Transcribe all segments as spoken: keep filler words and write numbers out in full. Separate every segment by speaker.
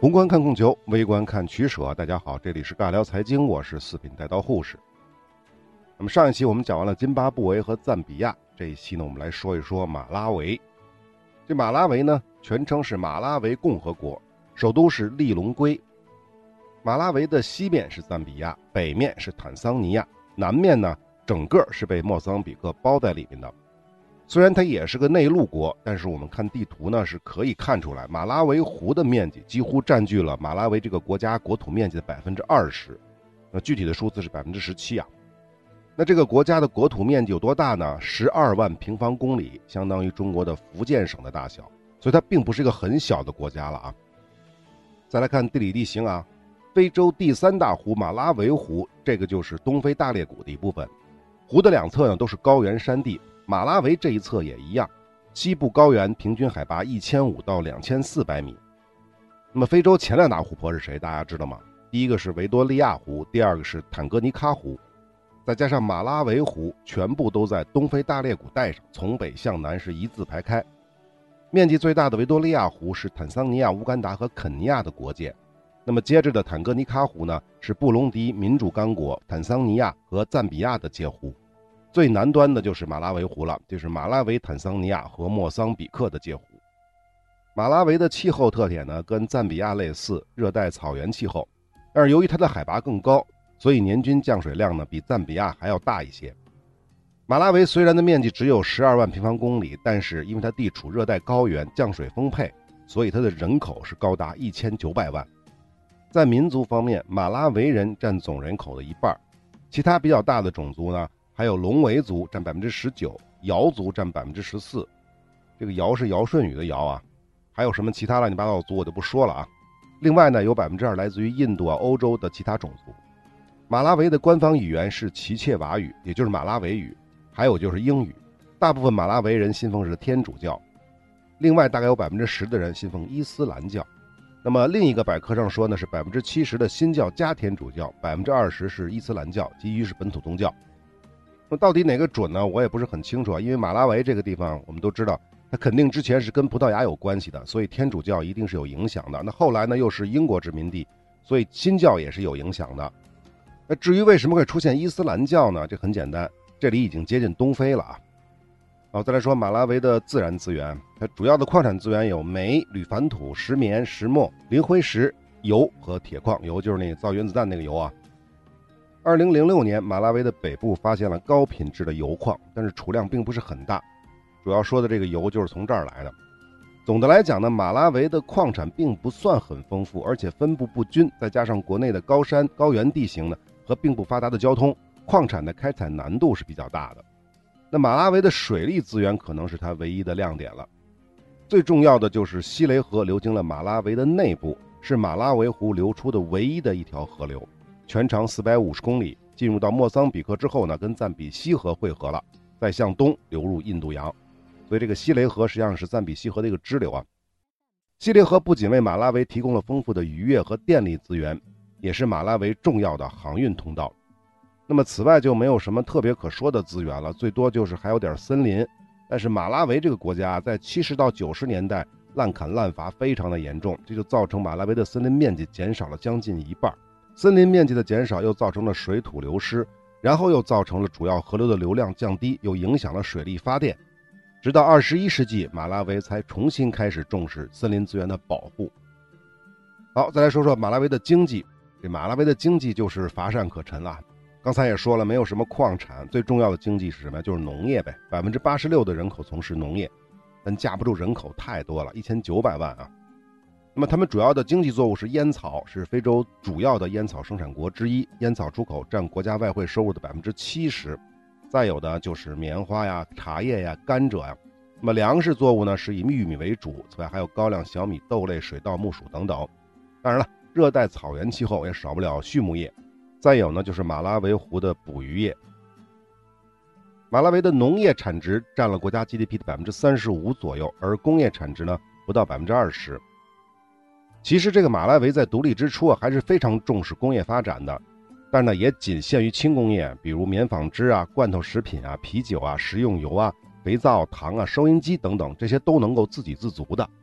Speaker 1: 宏观看供求，微观看取舍。大家好，这里是尬聊财经，我是四品带刀护士。那么上一期我们讲完了津巴布韦和赞比亚，这一期呢我们来说一说马拉维。这马拉维呢全称是马拉维共和国，首都是利隆圭。马拉维的西面是赞比亚，北面是坦桑尼亚，南面呢整个是被莫桑比克包在里面的。虽然它也是个内陆国，但是我们看地图呢是可以看出来，马拉维湖的面积几乎占据了马拉维这个国家国土面积的百分之二十，那具体的数字是百分之十七啊。那这个国家的国土面积有多大呢？十二万平方公里，相当于中国的福建省的大小，所以它并不是一个很小的国家了啊。再来看地理地形啊，非洲第三大湖马拉维湖，这个就是东非大裂谷的一部分。湖的两侧呢都是高原山地。马拉维这一侧也一样，西部高原平均海拔一千五到两千四百米。那么非洲前两大湖泊是谁？大家知道吗？第一个是维多利亚湖，第二个是坦格尼卡湖，再加上马拉维湖，全部都在东非大裂谷带上，从北向南是一字排开。面积最大的维多利亚湖是坦桑尼亚、乌干达和肯尼亚的国界，那么接着的坦格尼卡湖呢，是布隆迪民主刚果、坦桑尼亚和赞比亚的界湖。最南端的就是马拉维湖了，就是马拉维、坦桑尼亚和莫桑比克的界湖。马拉维的气候特点呢，跟赞比亚类似，热带草原气候，但是由于它的海拔更高，所以年均降水量呢比赞比亚还要大一些。马拉维虽然的面积只有十二万平方公里，但是因为它地处热带高原，降水丰沛，所以它的人口是高达一千九百万。在民族方面，马拉维人占总人口的一半，其他比较大的种族呢，还有龙维族占 百分之十九， 瑶族占 百分之十四， 这个尧是尧舜禹的尧啊，还有什么其他乱七八糟的族我就不说了啊。另外呢，有 百分之二 来自于印度啊、欧洲的其他种族。马拉维的官方语言是奇切瓦语，也就是马拉维语，还有就是英语。大部分马拉维人信奉是天主教，另外大概有 百分之十 的人信奉伊斯兰教。那么另一个百科上说呢，是 百分之七十 的新教加天主教， 百分之二十 是伊斯兰教，其余是本土宗教。那到底哪个准呢？我也不是很清楚啊，因为马拉维这个地方我们都知道，它肯定之前是跟葡萄牙有关系的，所以天主教一定是有影响的。那后来呢，又是英国殖民地，所以新教也是有影响的。那至于为什么会出现伊斯兰教呢？这很简单，这里已经接近东非了啊。好，再来说马拉维的自然资源，它主要的矿产资源有煤、铝矾土、石棉、石墨、磷灰石、油和铁矿。油就是那个造原子弹那个油啊。二零零六年，马拉维的北部发现了高品质的油矿，但是储量并不是很大。主要说的这个油就是从这儿来的。总的来讲呢，马拉维的矿产并不算很丰富，而且分布不均，再加上国内的高山高原地形呢和并不发达的交通，矿产的开采难度是比较大的。那马拉维的水利资源可能是它唯一的亮点了。最重要的就是西雷河流经了马拉维的内部，是马拉维湖流出的唯一的一条河流。全长四百五十公里，进入到莫桑比克之后呢，跟赞比西河汇合了，再向东流入印度洋。所以这个西雷河实际上是赞比西河的一个支流啊。西雷河不仅为马拉维提供了丰富的渔业和电力资源，也是马拉维重要的航运通道。那么此外就没有什么特别可说的资源了，最多就是还有点森林。但是马拉维这个国家在七十到九十年代滥砍滥伐非常的严重，这就造成马拉维的森林面积减少了将近一半。森林面积的减少又造成了水土流失，然后又造成了主要河流的流量降低，又影响了水力发电。直到二十一世纪，马拉维才重新开始重视森林资源的保护。好，再来说说马拉维的经济。这马拉维的经济就是乏善可陈了。刚才也说了，没有什么矿产，最重要的经济是什么？就是农业呗。 百分之八十六 的人口从事农业，但架不住人口太多了，一千九百万啊。那么他们主要的经济作物是烟草，是非洲主要的烟草生产国之一，烟草出口占国家外汇收入的 百分之七十。 再有的就是棉花呀、茶叶呀、甘蔗呀。那么粮食作物呢是以玉米为主，此外还有高粱、小米、豆类、水稻、木薯等等。当然了，热带草原气候也少不了畜牧业。再有呢就是马拉维湖的捕鱼业。马拉维的农业产值占了国家 G D P 的 百分之三十五 左右，而工业产值呢不到 百分之二十。其实这个马拉维在独立之初啊，还是非常重视工业发展的，但是呢也仅限于轻工业，比如棉纺织啊、罐头食品啊、啤酒啊、食用油啊、肥皂、糖啊、收音机等等，这些都能够自给自足的。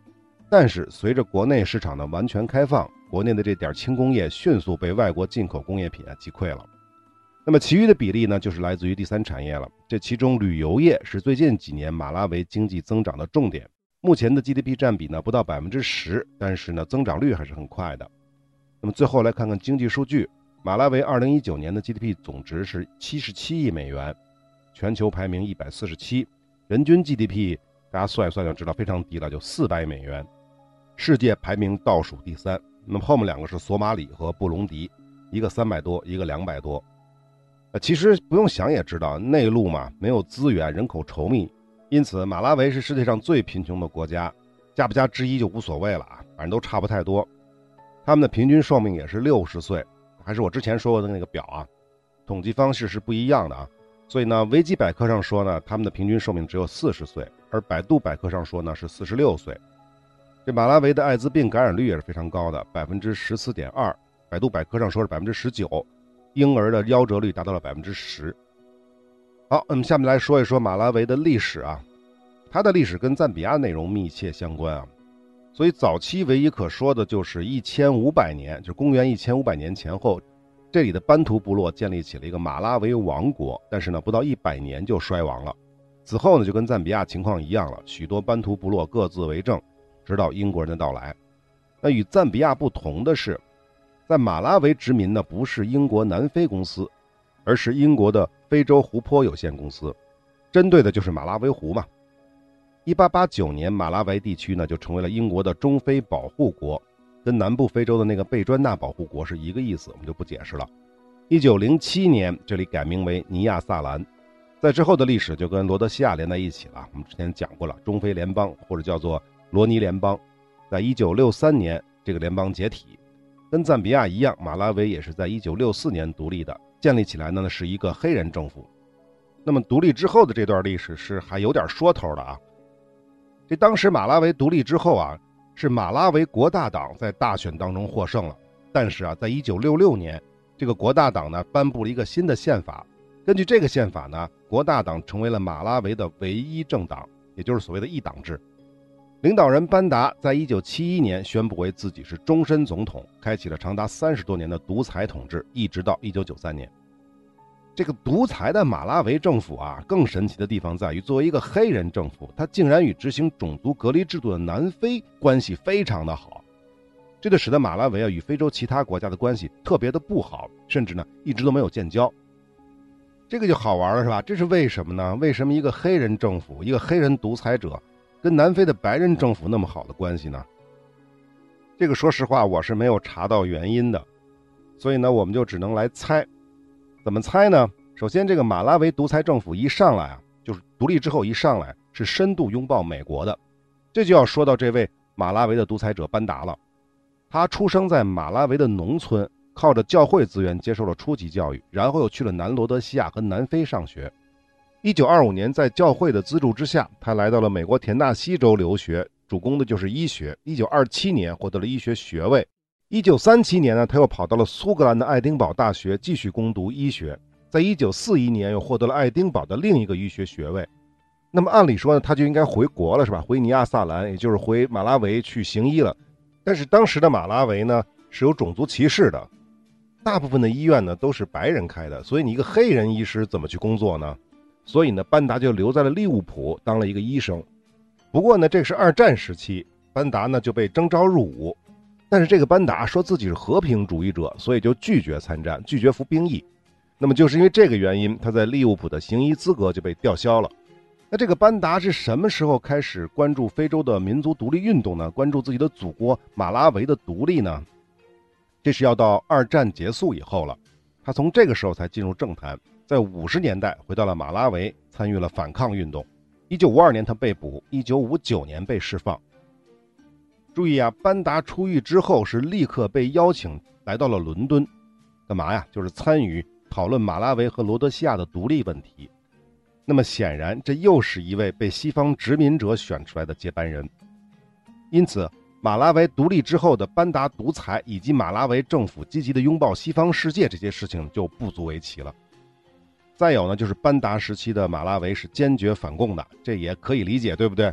Speaker 1: 但是随着国内市场的完全开放，国内的这点轻工业迅速被外国进口工业品啊击溃了。那么其余的比例呢，就是来自于第三产业了。这其中旅游业是最近几年马拉维经济增长的重点，目前的 G D P 占比呢不到 百分之十， 但是呢增长率还是很快的。那么最后来看看经济数据，马拉维二零一九年的 G D P 总值是七十七亿美元，全球排名一百四十七，人均 G D P 大家算一算就知道非常低了，就四百美元，世界排名倒数第三。那么后面两个是索马里和布隆迪，一个三百多，一个两百多。呃，其实不用想也知道，内陆嘛，没有资源，人口稠密，因此马拉维是世界上最贫穷的国家，加不加之一就无所谓了啊，反正都差不太多。他们的平均寿命也是六十岁，还是我之前说过的那个表啊，统计方式是不一样的啊。所以呢，维基百科上说呢，他们的平均寿命只有四十岁，而百度百科上说呢是四十六岁。这马拉维的艾滋病感染率也是非常高的， 百分之十四点二， 百度百科上说是 百分之十九， 婴儿的夭折率达到了 百分之十。 好，那么下面来说一说马拉维的历史啊，它的历史跟赞比亚内容密切相关啊。所以早期唯一可说的就是一千五百年，就公元一千五百年前后，这里的班图部落建立起了一个马拉维王国，但是呢不到一百年就衰亡了。此后呢就跟赞比亚情况一样了，许多班图部落各自为政，直到英国人的到来。那与赞比亚不同的是，在马拉维殖民呢不是英国南非公司，而是英国的非洲湖泊有限公司，针对的就是马拉维湖嘛。一八八九年，马拉维地区呢就成为了英国的中非保护国，跟南部非洲的那个贝专纳保护国是一个意思，我们就不解释了。一九零七年，这里改名为尼亚萨兰。在之后的历史就跟罗德西亚连在一起了，我们之前讲过了，中非联邦或者叫做罗尼联邦。在一九六三年，这个联邦解体，跟赞比亚一样，马拉维也是在一九六四年独立的，建立起来呢是一个黑人政府。那么独立之后的这段历史是还有点说头的啊。这当时马拉维独立之后啊，是马拉维国大党在大选当中获胜了，但是啊，在一九六六年，这个国大党呢颁布了一个新的宪法，根据这个宪法呢，国大党成为了马拉维的唯一政党，也就是所谓的一党制。领导人班达在一九七一年宣布为自己是终身总统，开启了长达三十多年的独裁统治，一直到一九九三年。这个独裁的马拉维政府啊，更神奇的地方在于，作为一个黑人政府，它竟然与执行种族隔离制度的南非关系非常的好，这就使得马拉维啊与非洲其他国家的关系特别的不好，甚至呢一直都没有建交。这个就好玩了，是吧？这是为什么呢？为什么一个黑人政府，一个黑人独裁者，跟南非的白人政府那么好的关系呢？这个说实话我是没有查到原因的，所以呢我们就只能来猜。怎么猜呢？首先，这个马拉维独裁政府一上来啊，就是独立之后一上来是深度拥抱美国的，这就要说到这位马拉维的独裁者班达了。他出生在马拉维的农村，靠着教会资源接受了初级教育，然后又去了南罗德西亚和南非上学。一九二五年，在教会的资助之下，他来到了美国田纳西州留学，主攻的就是医学。一九二七年获得了医学学位。一九三七年呢，他又跑到了苏格兰的爱丁堡大学继续攻读医学。在一九四一年又获得了爱丁堡的另一个医学学位。那么按理说呢，他就应该回国了，是吧？回尼亚萨兰，也就是回马拉维去行医了。但是当时的马拉维呢是有种族歧视的，大部分的医院呢都是白人开的，所以你一个黑人医师怎么去工作呢？所以呢，班达就留在了利物浦当了一个医生。不过呢，这是二战时期，班达呢就被征召入伍。但是这个班达说自己是和平主义者，所以就拒绝参战，拒绝服兵役。那么就是因为这个原因，他在利物浦的行医资格就被吊销了。那这个班达是什么时候开始关注非洲的民族独立运动呢？关注自己的祖国马拉维的独立呢？这是要到二战结束以后了。他从这个时候才进入政坛，在五十年代回到了马拉维，参与了反抗运动。一九五二年他被捕，一九五九年被释放。注意啊，班达出狱之后是立刻被邀请来到了伦敦，干嘛呀？就是参与讨论马拉维和罗德西亚的独立问题。那么显然，这又是一位被西方殖民者选出来的接班人。因此，马拉维独立之后的班达独裁以及马拉维政府积极的拥抱西方世界，这些事情就不足为奇了。再有呢，就是班达时期的马拉维是坚决反共的，这也可以理解，对不对？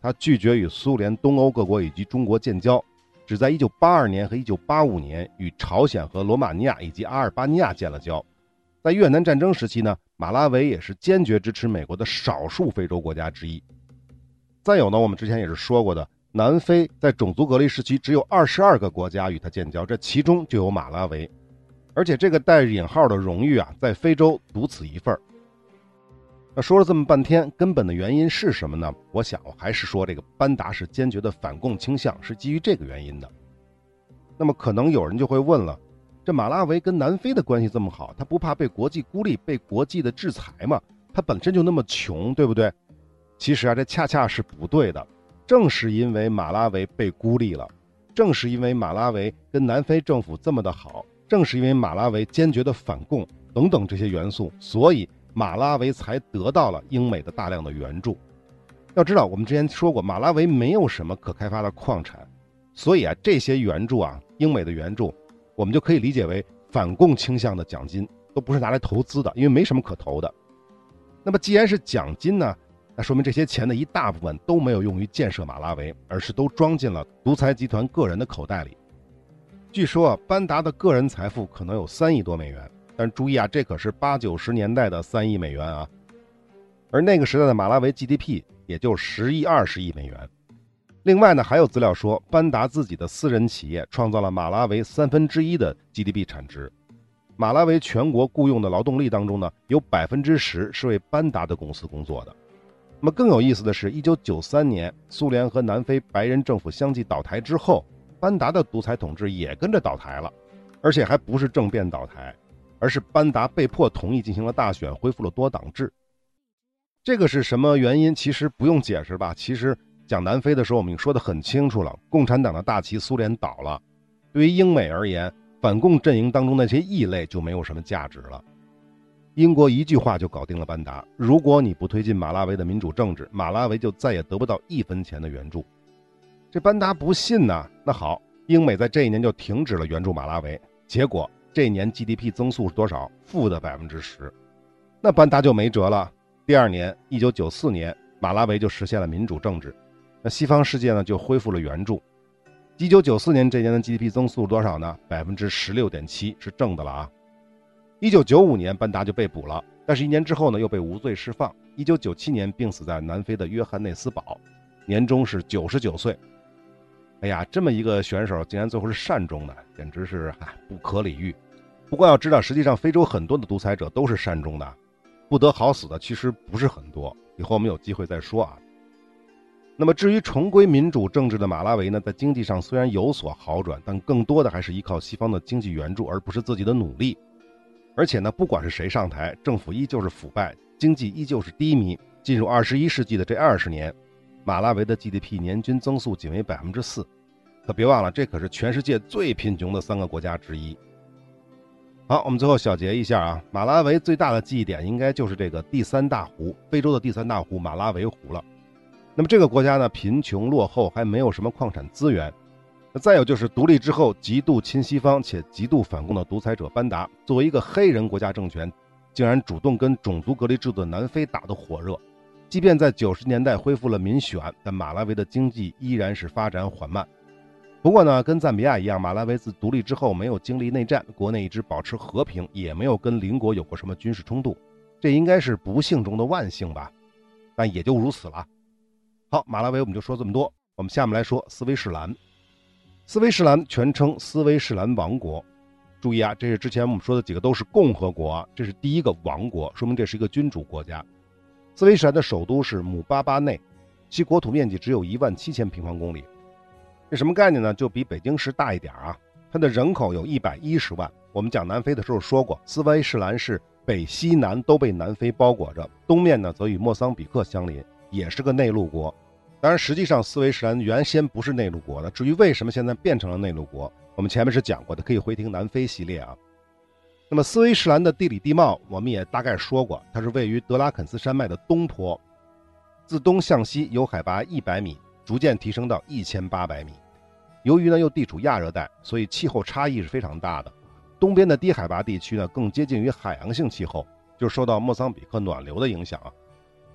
Speaker 1: 他拒绝与苏联、东欧各国以及中国建交，只在一九八二年和一九八五年与朝鲜和罗马尼亚以及阿尔巴尼亚建了交。在越南战争时期呢，马拉维也是坚决支持美国的少数非洲国家之一。再有呢，我们之前也是说过的，南非在种族隔离时期只有二十二个国家与他建交，这其中就有马拉维。而且这个带引号的荣誉啊，在非洲独此一份。那说了这么半天，根本的原因是什么呢？我想我还是说这个班达是坚决的反共倾向，是基于这个原因的。那么可能有人就会问了，这马拉维跟南非的关系这么好，他不怕被国际孤立、被国际的制裁吗？他本身就那么穷，对不对？其实啊，这恰恰是不对的。正是因为马拉维被孤立了，正是因为马拉维跟南非政府这么的好，正是因为马拉维坚决的反共等等这些元素，所以马拉维才得到了英美的大量的援助。要知道，我们之前说过，马拉维没有什么可开发的矿产，所以啊，这些援助啊，英美的援助，我们就可以理解为反共倾向的奖金，都不是拿来投资的，因为没什么可投的。那么既然是奖金呢，那说明这些钱的一大部分都没有用于建设马拉维，而是都装进了独裁集团个人的口袋里。据说啊，班达的个人财富可能有三亿多美元，但注意啊，这可是八九十年代的三亿美元啊，而那个时代的马拉维 G D P 也就十亿二十亿美元。另外呢，还有资料说，班达自己的私人企业创造了马拉维三分之一的 G D P 产值。马拉维全国雇佣的劳动力当中呢，有百分之十是为班达的公司工作的。那么更有意思的是，一九九三年苏联和南非白人政府相继倒台之后，班达的独裁统治也跟着倒台了，而且还不是政变倒台，而是班达被迫同意进行了大选，恢复了多党制。这个是什么原因？其实不用解释吧。其实讲南非的时候，我们已经说得很清楚了，共产党的大旗苏联倒了，对于英美而言，反共阵营当中那些异类就没有什么价值了。英国一句话就搞定了班达，如果你不推进马拉维的民主政治，马拉维就再也得不到一分钱的援助。这班达不信呢，那好，英美在这一年就停止了援助马拉维，结果这一年 G D P 增速是多少？负的百分之十。那班达就没辙了。第二年，一九九四年，马拉维就实现了民主政治，那西方世界呢就恢复了援助。一九九四年这年的 G D P 增速多少呢？百分之十六点七，是正的了啊。一九九五年，班达就被捕了，但是一年之后呢，又被无罪释放。一九九七年病死在南非的约翰内斯堡，年终是九十九岁。哎呀，这么一个选手竟然最后是善终的，简直是唉不可理喻。不过要知道，实际上非洲很多的独裁者都是善终的，不得好死的其实不是很多，以后我们有机会再说啊。那么至于重归民主政治的马拉维呢，在经济上虽然有所好转，但更多的还是依靠西方的经济援助，而不是自己的努力。而且呢，不管是谁上台，政府依旧是腐败，经济依旧是低迷。进入二十一世纪的这二十年，马拉维的 G D P 年均增速仅为 百分之四， 可别忘了，这可是全世界最贫穷的三个国家之一。好，我们最后小结一下啊，马拉维最大的记忆点应该就是这个第三大湖，非洲的第三大湖马拉维湖了。那么这个国家呢，贫穷落后，还没有什么矿产资源。那再有就是独立之后极度亲西方且极度反共的独裁者班达，作为一个黑人国家政权，竟然主动跟种族隔离制度的南非打得火热。即便在九十年代恢复了民选，但马拉维的经济依然是发展缓慢。不过呢，跟赞比亚一样，马拉维自独立之后没有经历内战，国内一直保持和平，也没有跟邻国有过什么军事冲突，这应该是不幸中的万幸吧，但也就如此了。好，马拉维我们就说这么多，我们下面来说斯威士兰。斯威士兰全称斯威士兰王国，注意啊，这是之前我们说的几个都是共和国啊，这是第一个王国，说明这是一个君主国家。斯威士兰的首都是姆巴巴内，其国土面积只有一万七千平方公里，这什么概念呢？就比北京市大一点啊。它的人口有一百一十万。我们讲南非的时候说过，斯威士兰是北西南都被南非包裹着，东面呢则与莫桑比克相邻，也是个内陆国。当然实际上斯威士兰原先不是内陆国的，至于为什么现在变成了内陆国，我们前面是讲过的，可以回听南非系列啊。那么斯威士兰的地理地貌我们也大概说过，它是位于德拉肯斯山脉的东坡，自东向西有海拔一百米，逐渐提升到一千八百米。由于呢又地处亚热带，所以气候差异是非常大的。东边的低海拔地区呢更接近于海洋性气候，就是受到莫桑比克暖流的影响啊。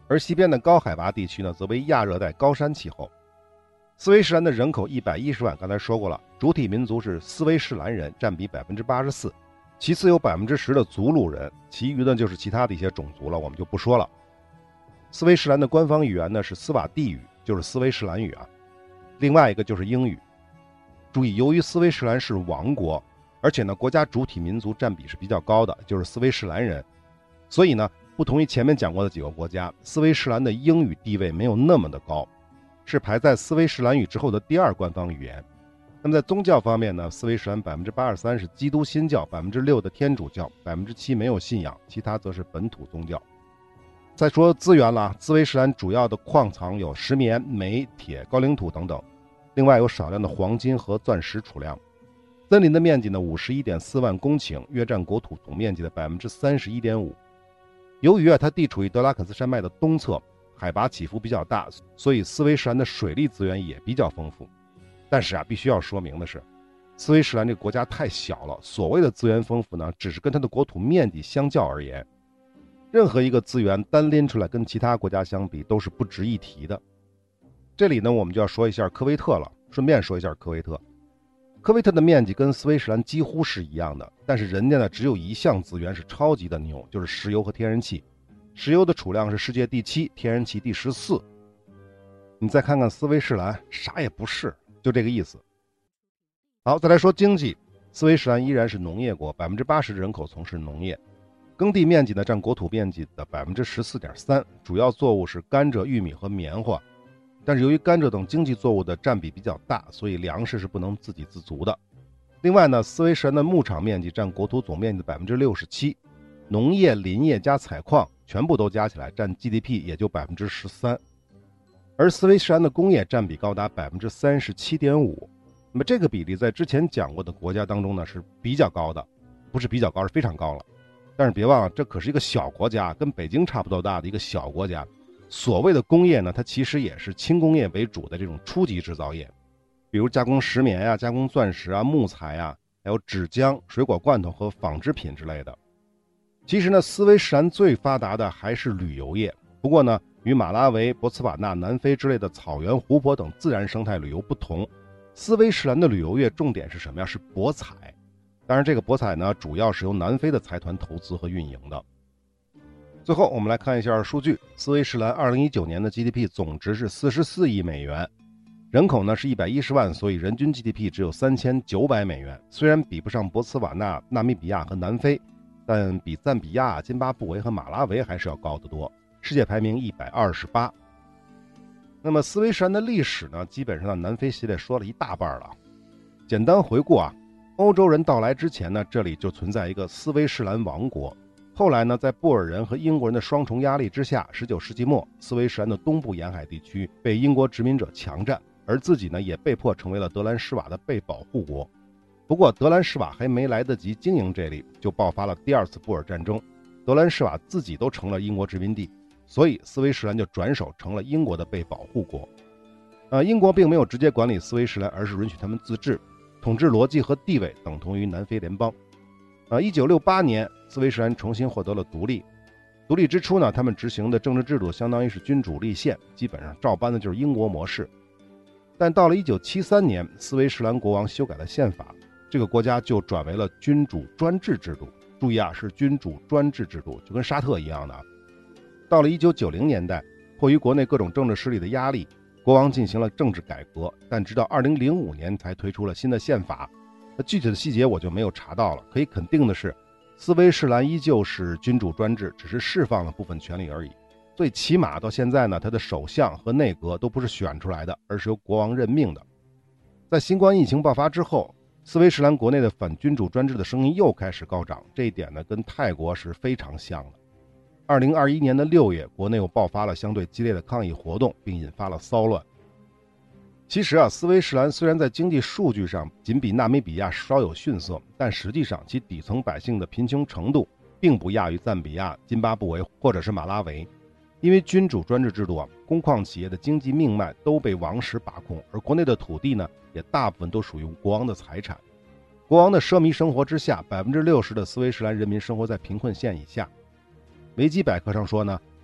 Speaker 1: 而西边的高海拔地区呢，则为亚热带高山气候。斯威士兰的人口一百一十万，刚才说过了，主体民族是斯威士兰人，占比 百分之八十四， 其次有 百分之十 的祖鲁人，其余呢就是其他的一些种族了，我们就不说了。斯威士兰的官方语言呢是斯瓦蒂语，就是斯威士兰语啊，另外一个就是英语。注意，由于斯威士兰是王国，而且呢国家主体民族占比是比较高的，就是斯威士兰人，所以呢不同于前面讲过的几个国家，斯威士兰的英语地位没有那么的高，是排在斯威士兰语之后的第二官方语言。那么在宗教方面呢，斯威士兰 百分之八十三 是基督新教， 百分之六 的天主教， 百分之七 没有信仰，其他则是本土宗教。再说资源了，斯威士兰主要的矿藏有石棉、煤、铁、高岭土等等，另外有少量的黄金和钻石储量。森林的面积呢 五十一点四万公顷，约占国土总面积的 百分之三十一点五。 由于啊它地处于德拉克斯山脉的东侧，海拔起伏比较大，所以斯威士兰的水利资源也比较丰富。但是啊必须要说明的是，斯威士兰这个国家太小了，所谓的资源丰富呢，只是跟它的国土面积相较而言，任何一个资源单拎出来跟其他国家相比都是不值一提的。这里呢我们就要说一下科威特了，顺便说一下科威特。科威特的面积跟斯威士兰几乎是一样的，但是人家呢只有一项资源是超级的牛，就是石油和天然气。石油的储量是世界第七，天然气第十四。你再看看斯威士兰，啥也不是，就这个意思。好，再来说经济，斯威士兰依然是农业国， 百分之八十 的人口从事农业，耕地面积呢占国土面积的 百分之十四点三， 主要作物是甘蔗、玉米和棉花。但是由于甘蔗等经济作物的占比比较大，所以粮食是不能自给自足的。另外呢，斯威士兰的牧场面积占国土总面积的 百分之六十七， 农业、林业加采矿全部都加起来占 G D P 也就 百分之十三， 而斯威士兰的工业占比高达 百分之三十七点五。 那么这个比例在之前讲过的国家当中呢是比较高的，不是比较高，是非常高了。但是别忘了，这可是一个小国家，跟北京差不多大的一个小国家。所谓的工业呢，它其实也是轻工业为主的这种初级制造业，比如加工石棉呀、加工钻石啊、木材啊，还有纸浆、水果罐头和纺织品之类的。其实呢，斯威士兰最发达的还是旅游业。不过呢，与马拉维、博茨瓦纳、南非之类的草原、湖泊等自然生态旅游不同，斯威士兰的旅游业重点是什么呀？是博彩。当然，这个博彩呢，主要是由南非的财团投资和运营的。最后，我们来看一下数据。斯威士兰二零一九年的 G D P 总值是四十四亿美元，人口呢是一百一十万，所以人均 G D P 只有三千九百美元。虽然比不上博茨瓦纳、纳米比亚和南非，但比赞比亚、津巴布韦和马拉维还是要高得多，世界排名一百二十八。那么斯威士兰的历史呢，基本上在南非系列说了一大半了。简单回顾啊，欧洲人到来之前呢，这里就存在一个斯威士兰王国。后来呢，在布尔人和英国人的双重压力之下，十九世纪末，斯威士兰的东部沿海地区被英国殖民者强占，而自己呢也被迫成为了德兰施瓦的被保护国。不过德兰施瓦还没来得及经营这里，就爆发了第二次布尔战争，德兰施瓦自己都成了英国殖民地，所以斯威士兰就转手成了英国的被保护国。呃，英国并没有直接管理斯威士兰，而是允许他们自治，统治逻辑和地位等同于南非联邦。呃，一九六八年，斯威士兰重新获得了独立。独立之初呢，他们执行的政治制度相当于是君主立宪，基本上照搬的就是英国模式。但到了一九七三年，斯威士兰国王修改了宪法，这个国家就转为了君主专制制度。注意啊，是君主专制制度，就跟沙特一样的。到了一九九零年代，迫于国内各种政治势力的压力，国王进行了政治改革，但直到二零零五年才推出了新的宪法。那具体的细节我就没有查到了，可以肯定的是，斯威士兰依旧是君主专制，只是释放了部分权力而已。最起码到现在呢，他的首相和内阁都不是选出来的，而是由国王任命的。在新冠疫情爆发之后，斯威士兰国内的反君主专制的声音又开始高涨，这一点呢跟泰国是非常像的。二零二一年的六月，国内又爆发了相对激烈的抗议活动，并引发了骚乱。其实啊，斯威士兰虽然在经济数据上仅比纳米比亚稍有逊色，但实际上其底层百姓的贫穷程度并不亚于赞比亚、津巴布韦或者是马拉维。因为君主专制制度啊，工矿企业的经济命脉都被王室把控，而国内的土地呢，也大部分都属于国王的财产。国王的奢靡生活之下， 百分之六十 的斯威士兰人民生活在贫困线以下。维基百科上说呢，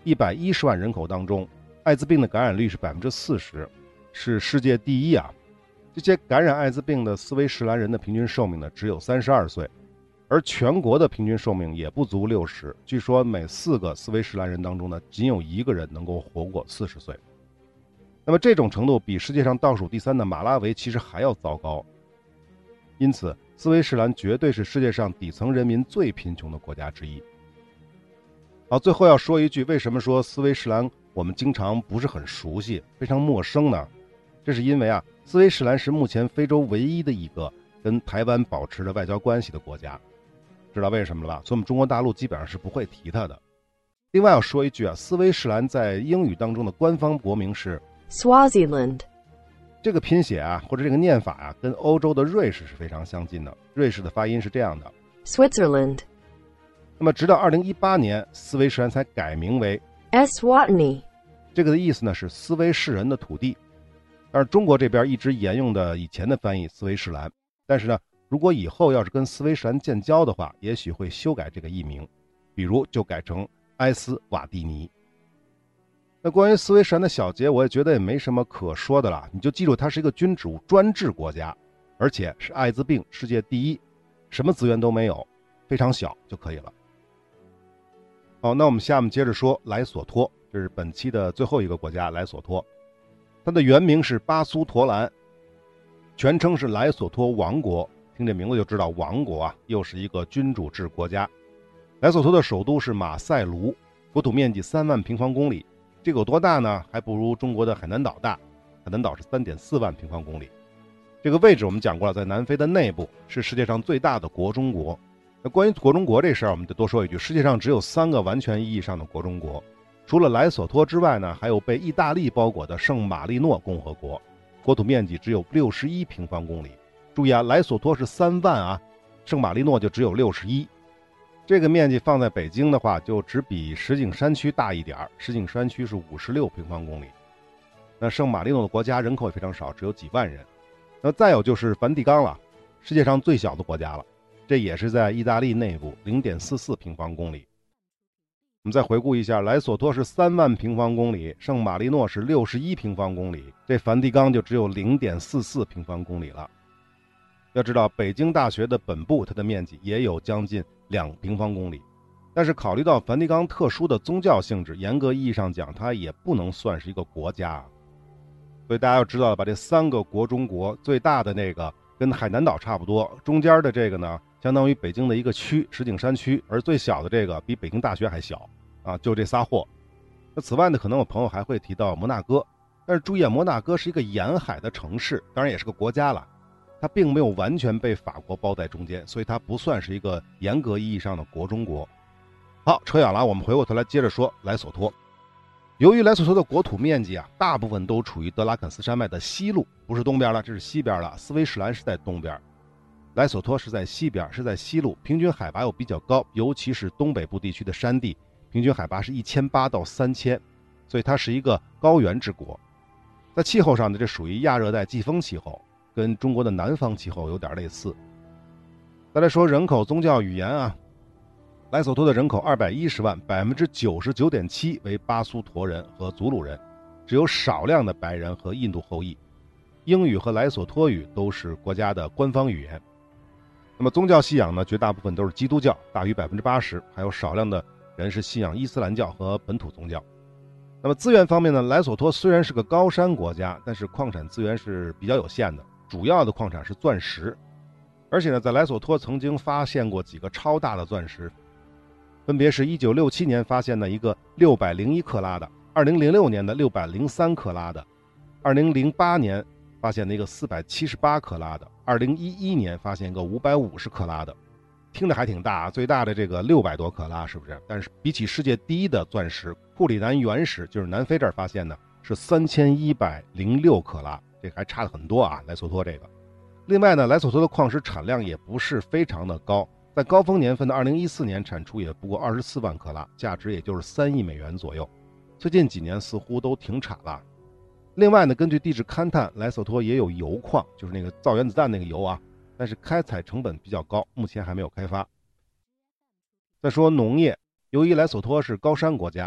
Speaker 1: 一百一十万人口当中，艾滋病的感染率是 百分之四十， 是世界第一啊。这些感染艾滋病的斯威士兰人的平均寿命呢只有三十二岁，而全国的平均寿命也不足六十，据说每四个斯威士兰人当中呢，仅有一个人能够活过四十岁。那么这种程度比世界上倒数第三的马拉维其实还要糟糕。因此，斯威士兰绝对是世界上底层人民最贫穷的国家之一。好，最后要说一句，为什么说斯威士兰我们经常不是很熟悉，非常陌生呢？这是因为啊，斯威士兰是目前非洲唯一的一个跟台湾保持着外交关系的国家，知道为什么了吧？所以我们中国大陆基本上是不会提它的。另外要说一句啊，斯威士兰在英语当中的官方国名是
Speaker 2: Swaziland，
Speaker 1: 这个拼写啊，或者这个念法啊，跟欧洲的瑞士是非常相近的。瑞士的发音是这样的
Speaker 2: Switzerland。
Speaker 1: 那么直到二零一八年，斯威士兰才改名为
Speaker 2: Eswatini，
Speaker 1: 这个的意思呢是斯威士人的土地。但是中国这边一直沿用的以前的翻译斯威士兰，但是呢，如果以后要是跟斯威士兰建交的话，也许会修改这个译名，比如就改成埃斯瓦蒂尼。那关于斯威士兰的小节，我也觉得也没什么可说的了，你就记住它是一个君主专制国家，而且是艾滋病世界第一，什么资源都没有，非常小就可以了。好，那我们下面接着说莱索托，这是本期的最后一个国家莱索托。它的原名是巴苏陀兰，全称是莱索托王国，听这名字就知道王国啊，又是一个君主制国家。莱索托的首都是马赛卢，国土面积三万平方公里，这个有多大呢？还不如中国的海南岛大，海南岛是 三点四万平方公里。这个位置我们讲过了，在南非的内部，是世界上最大的国中国。那关于国中国这事儿，我们就多说一句，世界上只有三个完全意义上的国中国，除了莱索托之外呢，还有被意大利包裹的圣马力诺共和国，国土面积只有六十一平方公里。注意啊，莱索托是三万啊，圣马力诺就只有六十一。这个面积放在北京的话，就只比石景山区大一点，石景山区是五十六平方公里。那圣马力诺的国家人口也非常少，只有几万人。那再有就是梵蒂冈了，世界上最小的国家了，这也是在意大利内部 零点四四平方公里。我们再回顾一下，莱索托是三万平方公里，圣马力诺是六十一平方公里，这梵蒂冈就只有 零点四四平方公里了。要知道北京大学的本部它的面积也有将近两平方公里，但是考虑到梵蒂冈特殊的宗教性质，严格意义上讲它也不能算是一个国家。所以大家要知道吧，这三个国中国，最大的那个跟海南岛差不多，中间的这个呢相当于北京的一个区，石景山区，而最小的这个比北京大学还小啊，就这仨货。那此外呢，可能我朋友还会提到摩纳哥，但是注意啊，摩纳哥是一个沿海的城市，当然也是个国家了，它并没有完全被法国包在中间，所以它不算是一个严格意义上的国中国。好，扯远了，我们回过头来接着说莱索托。由于莱索托的国土面积啊，大部分都处于德拉肯斯山脉的西路，不是东边了，这是西边了。斯威士兰是在东边，莱索托是在西边，是在西路，平均海拔又比较高，尤其是东北部地区的山地，平均海拔是一千八到三千，所以它是一个高原之国。在气候上呢，这属于亚热带季风气候，跟中国的南方气候有点类似。再来说人口、宗教、语言啊，莱索托的人口二百一十万， 百分之九十九点七 为巴苏陀人和祖鲁人，只有少量的白人和印度后裔。英语和莱索托语都是国家的官方语言。那么宗教信仰呢，绝大部分都是基督教，大于 百分之八十， 还有少量的人是信仰伊斯兰教和本土宗教。那么资源方面呢，莱索托虽然是个高山国家，但是矿产资源是比较有限的，主要的矿产是钻石。而且呢，在莱索托曾经发现过几个超大的钻石，分别是一九六七年发现的一个六百零一克拉的，二零零六年的六百零三克拉的，二零零八年发现的一个四百七十八克拉的，二零一一年发现一个五百五十克拉的。听着还挺大啊，最大的这个六百多克拉，是不是？但是比起世界第一的钻石库里南原石，就是南非这儿发现的，是三千一百零六克拉，这还差了很多啊，莱索托这个。另外呢，莱索托的矿石产量也不是非常的高，在高峰年份的二零一四年产出也不过二十四万克拉，价值也就是三亿美元左右。最近几年似乎都停产了。另外呢，根据地质勘探，莱索托也有铀矿，就是那个造原子弹那个铀啊，但是开采成本比较高，目前还没有开发。再说农业，由于莱索托是高山国家，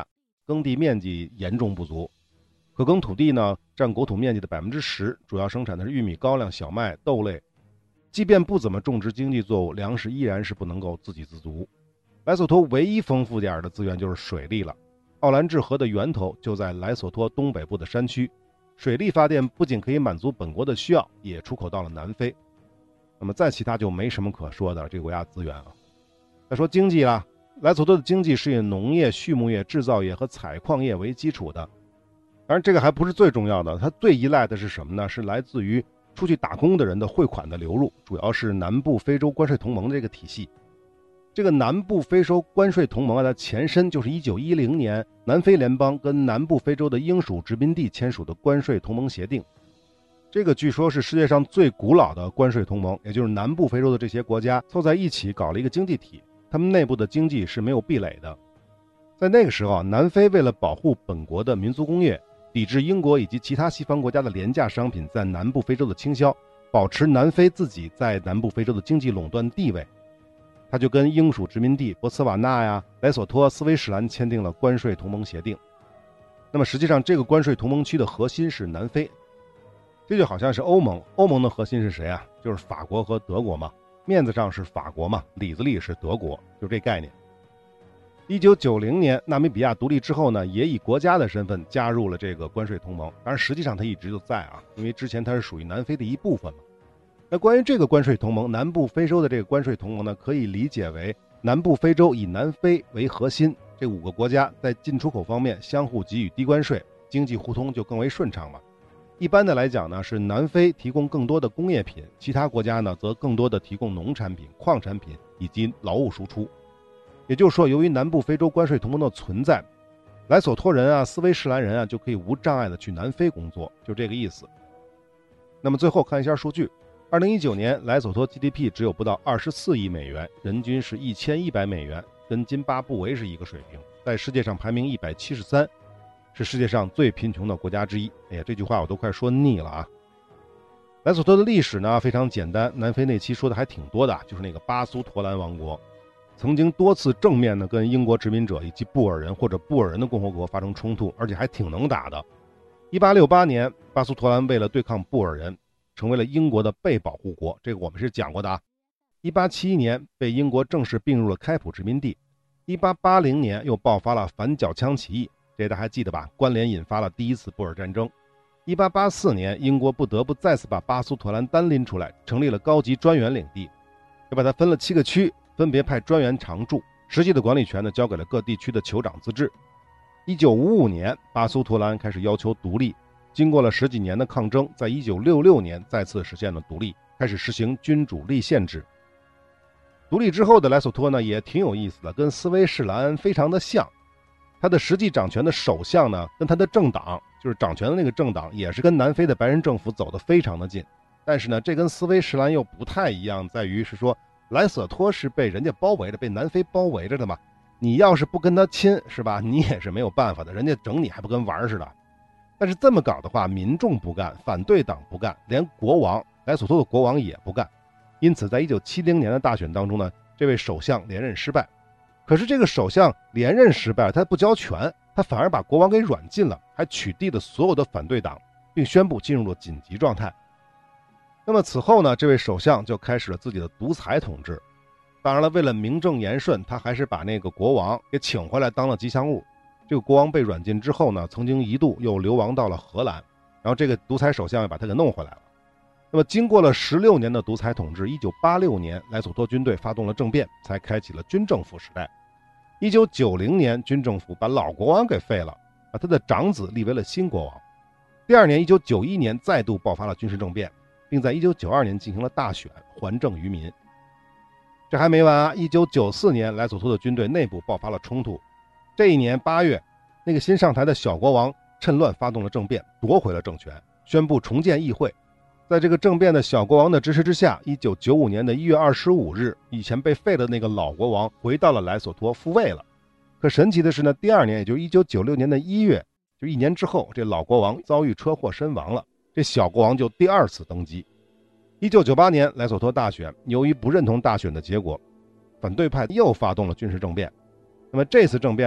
Speaker 1: 耕地面积严重不足，可耕土地呢占国土面积的 百分之十， 主要生产的是玉米、高粱、小麦、豆类。即便不怎么种植经济作物，粮食依然是不能够自给自足。莱索托唯一丰富点的资源就是水利了。奥兰治河的源头就在莱索托东北部的山区，水力发电不仅可以满足本国的需要，也出口到了南非。那么再其他就没什么可说的，这个国家资源啊。再说经济啦，莱索托的经济是以农业、畜牧业、制造业和采矿业为基础的。当然这个还不是最重要的，它最依赖的是什么呢？是来自于出去打工的人的汇款的流入，主要是南部非洲关税同盟的这个体系。这个南部非洲关税同盟啊，它前身就是一九一零年南非联邦跟南部非洲的英属殖民地签署的关税同盟协定。这个据说是世界上最古老的关税同盟，也就是南部非洲的这些国家凑在一起搞了一个经济体，他们内部的经济是没有壁垒的。在那个时候，南非为了保护本国的民族工业，抵制英国以及其他西方国家的廉价商品在南部非洲的倾销，保持南非自己在南部非洲的经济垄断地位，他就跟英属殖民地博茨瓦纳呀、莱索托、斯威士兰签订了关税同盟协定。那么实际上这个关税同盟区的核心是南非，这就好像是欧盟，欧盟的核心是谁啊？就是法国和德国嘛，面子上是法国嘛，里子里是德国，就这概念。一九九零年纳米比亚独立之后呢，也以国家的身份加入了这个关税同盟，当然实际上它一直就在啊，因为之前它是属于南非的一部分嘛。那关于这个关税同盟，南部非洲的这个关税同盟呢，可以理解为南部非洲以南非为核心，这五个国家在进出口方面相互给予低关税，经济互通就更为顺畅嘛。一般的来讲呢，是南非提供更多的工业品，其他国家呢则更多的提供农产品、矿产品以及劳务输出。也就是说，由于南部非洲关税同盟的存在，莱索托人啊、斯威士兰人啊就可以无障碍的去南非工作，就这个意思。那么最后看一下数据，二零一九年莱索托 G D P 只有不到二十四亿美元，人均是一千一百美元，跟津巴布韦是一个水平，在世界上排名一百七十三，是世界上最贫穷的国家之一。哎呀，这句话我都快说腻了啊。莱索托的历史呢非常简单，南非那期说的还挺多的，就是那个巴苏陀兰王国曾经多次正面的跟英国殖民者以及布尔人或者布尔人的共和国发生冲突，而且还挺能打的。一八六八年，巴苏陀兰为了对抗布尔人，成为了英国的被保护国，这个我们是讲过的啊。一八七一年被英国正式并入了开普殖民地。一八八零年又爆发了反角枪起义，这大家还记得吧？关联引发了第一次布尔战争。一八八四年，英国不得不再次把巴苏陀兰单拎出来，成立了高级专员领地，又把它分了七个区，分别派专员常驻，实际的管理权呢交给了各地区的酋长自治。一九五五年，巴苏陀兰开始要求独立，经过了十几年的抗争，在一九六六年再次实现了独立，开始实行君主立宪制。独立之后的莱索托呢也挺有意思的，跟斯威士兰非常的像。他的实际掌权的首相呢，跟他的政党，就是掌权的那个政党，也是跟南非的白人政府走得非常的近。但是呢，这跟斯威士兰又不太一样，在于是说莱索托是被人家包围着，被南非包围着的嘛。你要是不跟他亲，是吧？你也是没有办法的，人家整你还不跟玩似的。但是这么搞的话，民众不干，反对党不干，连国王莱索托的国王也不干。因此在一九七零年的大选当中呢，这位首相连任失败。可是这个首相连任失败，他不交权，他反而把国王给软禁了，还取缔了所有的反对党，并宣布进入了紧急状态。那么此后呢，这位首相就开始了自己的独裁统治。当然了，为了名正言顺，他还是把那个国王给请回来当了吉祥物。这个国王被软禁之后呢，曾经一度又流亡到了荷兰，然后这个独裁首相又把他给弄回来了。那么经过了十六年的独裁统治，一九八六年莱索托军队发动了政变，才开启了军政府时代。一九九零年军政府把老国王给废了，把他的长子立为了新国王。第二年一九九一年再度爆发了军事政变，并在一九九二年进行了大选，还政于民。这还没完啊！一九九四年莱索托的军队内部爆发了冲突。这一年八月，那个新上台的小国王趁乱发动了政变，夺回了政权，宣布重建议会。在这个政变的小国王的支持之下，一九九五年的一月二十五日，以前被废的那个老国王回到了莱索托复位了。可神奇的是呢，第二年，也就是一九九六年的一月，就一年之后，这老国王遭遇车祸身亡了，这小国王就第二次登基。一九九八年莱索托大选，由于不认同大选的结果，反对派又发动了军事政变。那么这次政变呢，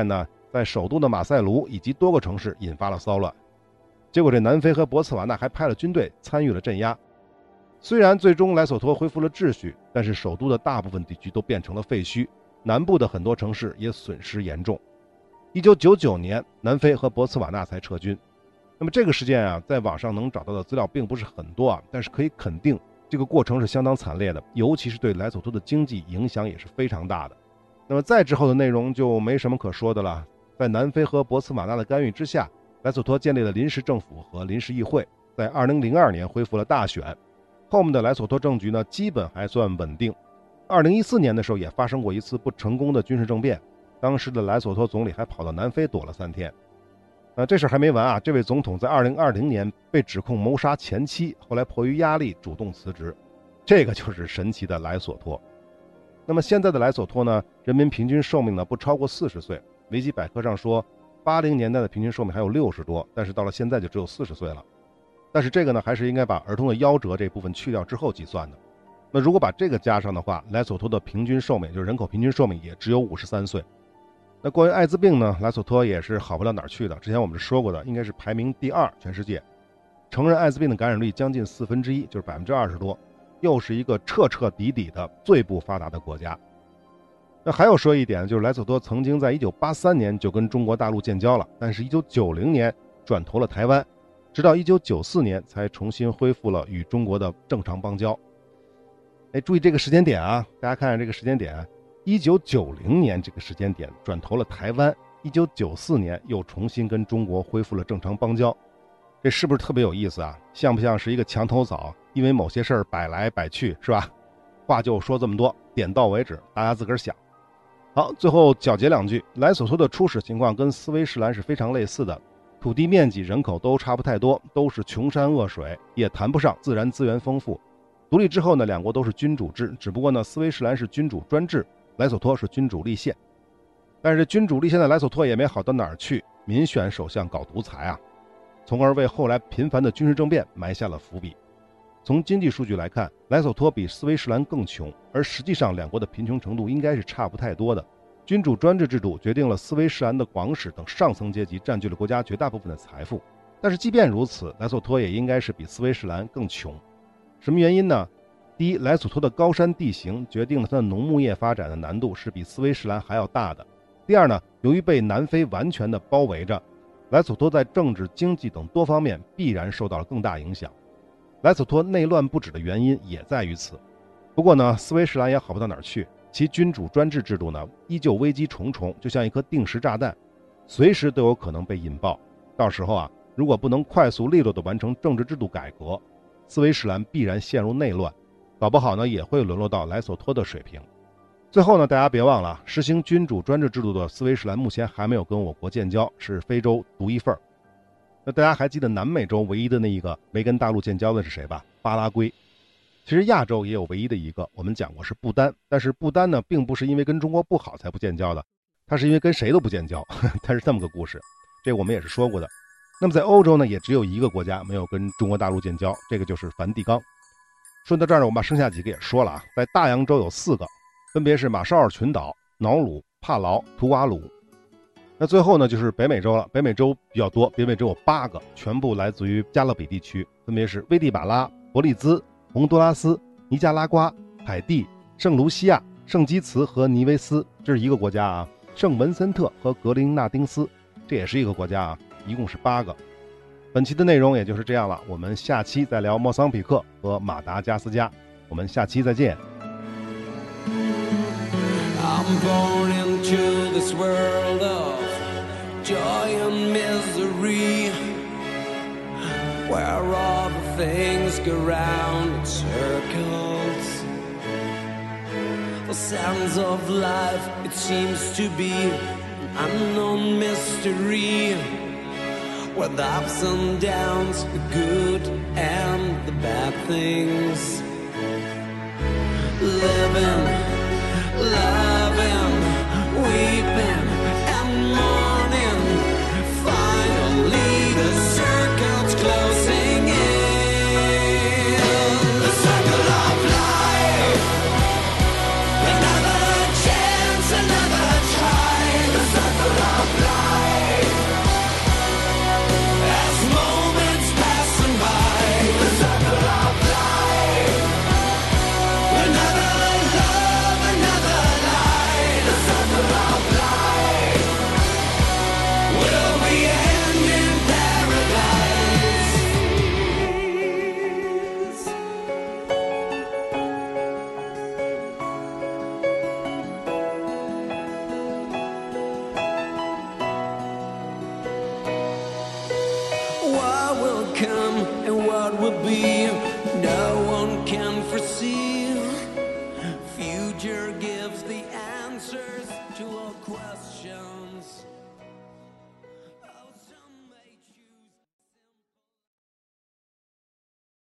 Speaker 1: 在首都的马赛卢以及多个城市引发了骚乱。结果这南非和博茨瓦纳还派了军队参与了镇压。虽然最终莱索托恢复了秩序，但是首都的大部分地区都变成了废墟，南部的很多城市也损失严重。一九九九年，南非和博茨瓦纳才撤军。那么这个事件啊，在网上能找到的资料并不是很多啊，但是可以肯定，这个过程是相当惨烈的，尤其是对莱索托的经济影响也是非常大的。那么再之后的内容就没什么可说的了。在南非和博茨瓦纳的干预之下，莱索托建立了临时政府和临时议会，在二零零二年恢复了大选。后面的莱索托政局呢，基本还算稳定。二零一四年的时候也发生过一次不成功的军事政变，当时的莱索托总理还跑到南非躲了三天。呃，这事还没完啊！这位总统在二零二零年被指控谋杀前妻，后来迫于压力主动辞职。这个就是神奇的莱索托。那么现在的莱索托呢，人民平均寿命呢不超过四十岁。维基百科上说，八零年代的平均寿命还有六十多，但是到了现在就只有四十岁了。但是这个呢，还是应该把儿童的夭折这部分去掉之后计算的。那如果把这个加上的话，莱索托的平均寿命，就是人口平均寿命也只有五十三岁。那关于艾滋病呢，莱索托也是好不了哪儿去的。之前我们是说过的，应该是排名第二，全世界承认艾滋病的感染率将近四分之一，就是百分之二十多，又是一个彻彻底底的最不发达的国家。那还有说一点，就是莱索托曾经在一九八三年就跟中国大陆建交了，但是一九九零年转投了台湾，直到一九九四年才重新恢复了与中国的正常邦交。哎，注意这个时间点啊，大家看看这个时间点，一九九零年这个时间点转投了台湾，一九九四年又重新跟中国恢复了正常邦交，这是不是特别有意思啊？像不像是一个墙头草，因为某些事儿摆来摆去，是吧？话就说这么多，点到为止，大家自个儿想。好，最后小结两句，莱索托的初始情况跟斯威士兰是非常类似的，土地面积、人口都差不太多，都是穷山恶水，也谈不上自然资源丰富。独立之后呢，两国都是君主制，只不过呢，斯威士兰是君主专制，莱索托是君主立宪。但是君主立宪的莱索托也没好到哪儿去，民选首相搞独裁啊，从而为后来频繁的军事政变埋下了伏笔。从经济数据来看，莱索托比斯威士兰更穷，而实际上两国的贫穷程度应该是差不太多的。君主专制制度决定了斯威士兰的广使等上层阶级占据了国家绝大部分的财富，但是即便如此，莱索托也应该是比斯威士兰更穷。什么原因呢？第一，莱索托的高山地形决定了它的农牧业发展的难度是比斯威士兰还要大的。第二呢，由于被南非完全的包围着，莱索托在政治、经济等多方面必然受到了更大影响。莱索托内乱不止的原因也在于此。不过呢，斯威士兰也好不到哪儿去，其君主专制制度呢，依旧危机重重，就像一颗定时炸弹，随时都有可能被引爆。到时候啊，如果不能快速利落地完成政治制度改革，斯威士兰必然陷入内乱，搞不好呢也会沦落到莱索托的水平。最后呢，大家别忘了，实行君主专制制度的斯威士兰目前还没有跟我国建交，是非洲独一份。那大家还记得南美洲唯一的那一个没跟大陆建交的是谁吧？巴拉圭。其实亚洲也有唯一的一个，我们讲过是不丹，但是不丹呢并不是因为跟中国不好才不建交的，它是因为跟谁都不建交，它是这么个故事，这我们也是说过的。那么在欧洲呢，也只有一个国家没有跟中国大陆建交，这个就是梵蒂冈。顺到这儿呢，我们把剩下几个也说了啊，在大洋洲有四个，分别是马绍尔群岛、瑙鲁、帕劳、图瓦鲁。那最后呢，就是北美洲了。北美洲比较多，北美洲有八个，全部来自于加勒比地区，分别是危地马拉、伯利兹、洪都拉斯、尼加拉瓜、海地、圣卢西亚、圣基茨和尼维斯，这是一个国家啊。圣文森特和格林纳丁斯，这也是一个国家啊，一共是八个。本期的内容也就是这样了，我们下期再聊莫桑比克和马达加斯加，我们下期再见。I'm born into this world of joy and misery, where all the things go round in circles. The sounds of life, it seems to be an unknown mystery, where the ups and downs, the good and the bad things, living